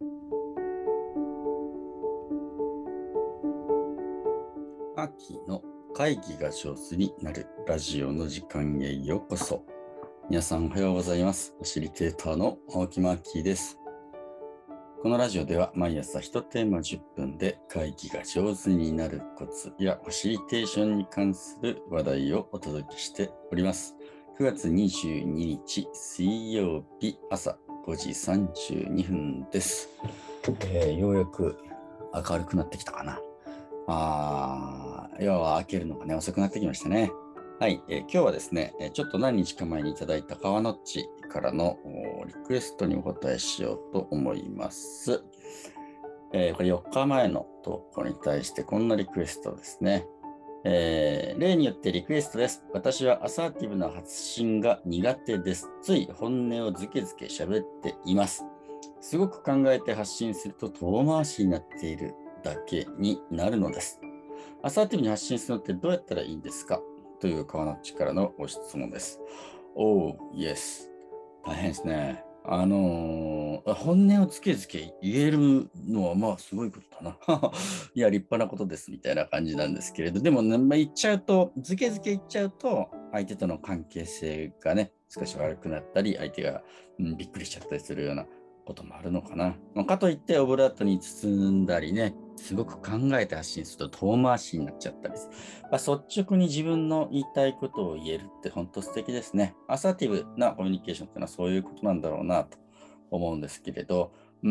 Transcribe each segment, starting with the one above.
秋の会議が上手になるラジオの時間へようこそ。皆さんおはようございます。ファシリテーターの青木マーキーです。このラジオでは毎朝1テーマ10分で会議が上手になるコツやファシリテーションに関する話題をお届けしております。9月22日水曜日朝5時32分です。ようやく明るくなってきたかな。夜は明けるのがね、遅くなってきましたね。はい、今日はですね、ちょっと何日か前にいただいた川のっちからのリクエストにお答えしようと思います。これ4日前の投稿に対してこんなリクエストですね。例によってリクエストです。私はアサーティブな発信が苦手です。つい本音をずけずけ喋っています。すごく考えて発信すると遠回しになっているだけになるのです。アサーティブに発信するのってどうやったらいいんですかという川のっちからのご質問です。Yes。大変ですね。本音をつけずけ言えるのはまあすごいことだな。いや、立派なことですみたいな感じなんですけれど、でもね、言っちゃうと、ずけずけ言っちゃうと、相手との関係性がね、少し悪くなったり、相手が、びっくりしちゃったりするようなこともあるのかな。かといって、オブラートに包んだりね、すごく考えて発信すると遠回しになっちゃったりする。率直に自分の言いたいことを言えるって本当素敵ですね。アサーティブなコミュニケーションっていうのはそういうことなんだろうなと思うんですけれど、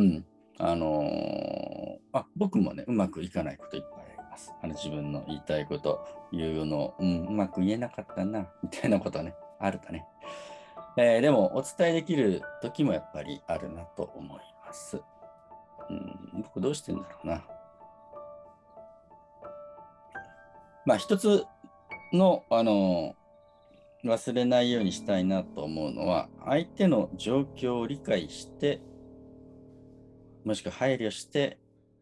僕もね、うまくいかないこといっぱいあります。自分の言いたいこと言うの、うまく言えなかったな、みたいなことはね、あるとね。でも、お伝えできる時もやっぱりあるなと思います。僕どうしてんだろうな。一つの、忘れないようにしたいなと思うのは、相手の状況を理解して、もしくは配慮して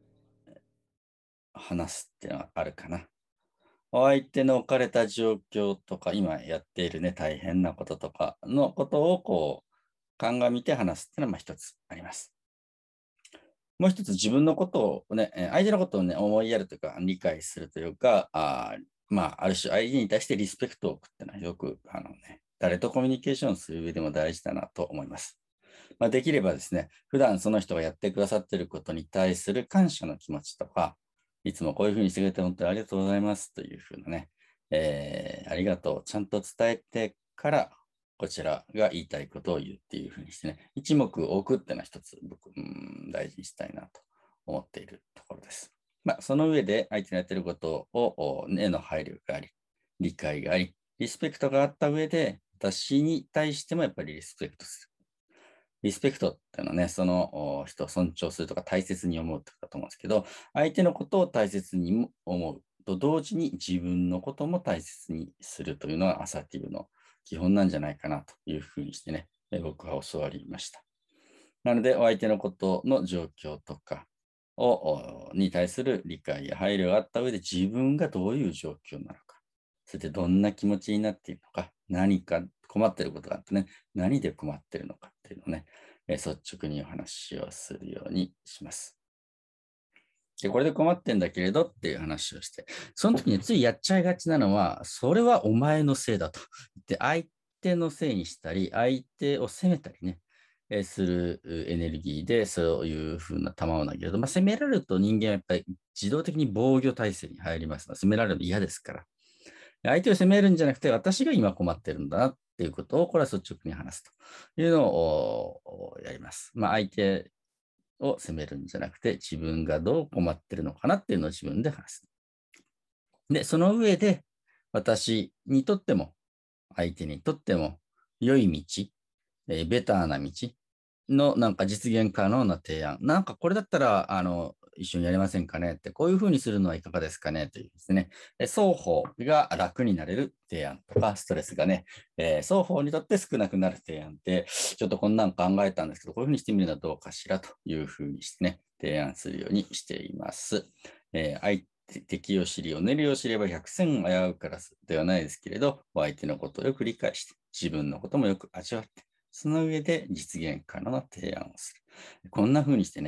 話すっていうのがあるかな。お相手の置かれた状況とか、今やっているね、大変なこととかのことを鑑みて話すっていうのは一つあります。もう一つ自分のことをね、相手のことをね、思いやるというか、理解するというか、ある種相手に対してリスペクトを置くっていうのはよく、誰とコミュニケーションする上でも大事だなと思います。できればですね、普段その人がやってくださっていることに対する感謝の気持ちとか、いつもこういうふうにしてくれて本当にありがとうございますというふうなね、ありがとう、ちゃんと伝えてから、こちらが言いたいことを言うっていうふうにしてね、一目置くっていうのは一つ僕、大事にしたいなと思っているところです。その上で相手のやっていることを、への配慮があり、理解があり、リスペクトがあった上で、私に対してもやっぱりリスペクトする。リスペクトっていうのはね、その人を尊重するとか大切に思うってことだと思うんですけど、相手のことを大切に思うと同時に自分のことも大切にするというのがアサーティブの基本なんじゃないかなというふうにしてね、僕は教わりました。なので、お相手のことの状況とかに対する理解や配慮があった上で自分がどういう状況なのか、それでどんな気持ちになっているのか、何か困っていることがあってね、何で困っているのかっていうのをね、率直にお話をするようにします。で、これで困ってんだけれどっていう話をして、その時についやっちゃいがちなのは、それはお前のせいだと言って、相手のせいにしたり、相手を責めたりね、するエネルギーでそういうふうな球を投げると、責められると人間はやっぱり自動的に防御体制に入ります。責められるの嫌ですから。相手を責めるんじゃなくて、私が今困ってるんだなっていうことを、これは率直に話すというのをやります。相手を責めるんじゃなくて、自分がどう困ってるのかなっていうのを自分で話す。で、その上で、私にとっても、相手にとっても、良い道、ベターな道のなんか実現可能な提案。なんかこれだったら、一緒にやりませんかねって、こういうふうにするのはいかがですかねというですね、双方が楽になれる提案とか、ストレスがね、双方にとって少なくなる提案って、ちょっとこんなん考えたんですけど、こういうふうにしてみるのはどうかしらというふうにしてね、提案するようにしています。相手敵を知り、おねりを知れば百戦危うからずではないですけれど、お相手のことをよく理解して、自分のこともよく味わって、その上で実現可能な提案をする。こんな風にしてね、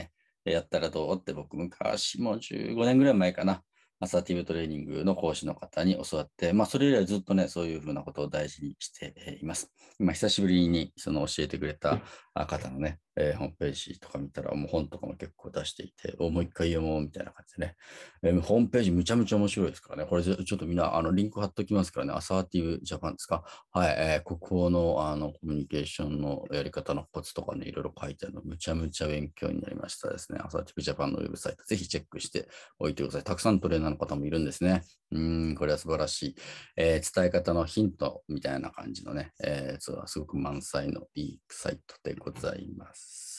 やったらどうって僕昔もう15年ぐらい前かな。アサーティブトレーニングの講師の方に教わって、それ以来ずっとね、そういうふうなことを大事にしています。今、久しぶりにその教えてくれた方のね、ホームページとか見たら、もう本とかも結構出していて、もう一回読もうみたいな感じでね。ホームページむちゃむちゃ面白いですからね。これちょっとみんな、リンク貼っときますからね。アサーティブジャパンですか。はい、国語の、コミュニケーションのやり方のコツとかね、いろいろ書いてあるの、むちゃむちゃ勉強になりましたですね。アサーティブジャパンのウェブサイト、ぜひチェックしておいてください。たくさんトレーナーの方もいるんですね。これは素晴らしい。伝え方のヒントみたいな感じのね、すごく満載のいいサイトでございます。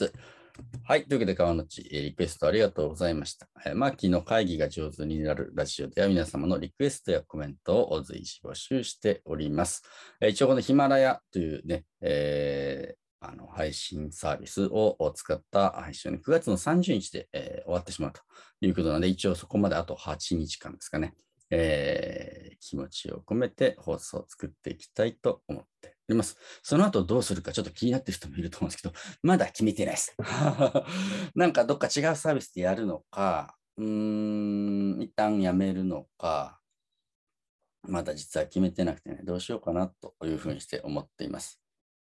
はい。というわけで、川野内、リクエストありがとうございました。マーキーの会議が上手になるラジオでは皆様のリクエストやコメントを随時募集しております。一応、このヒマラヤというね、配信サービスを使った配信を、9月の30日で、終わってしまうということなので、一応そこまであと8日間ですかね。気持ちを込めて放送を作っていきたいと思っております。その後どうするかちょっと気になっている人もいると思うんですけど、まだ決めてないです。なんかどっか違うサービスでやるのか、一旦やめるのか、まだ実は決めてなくてね、どうしようかなというふうにして思っています。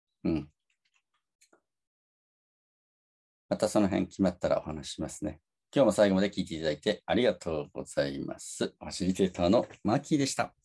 またその辺決まったらお話ししますね。今日も最後まで聞いていただいてありがとうございます。ファシリテーターのマーキーでした。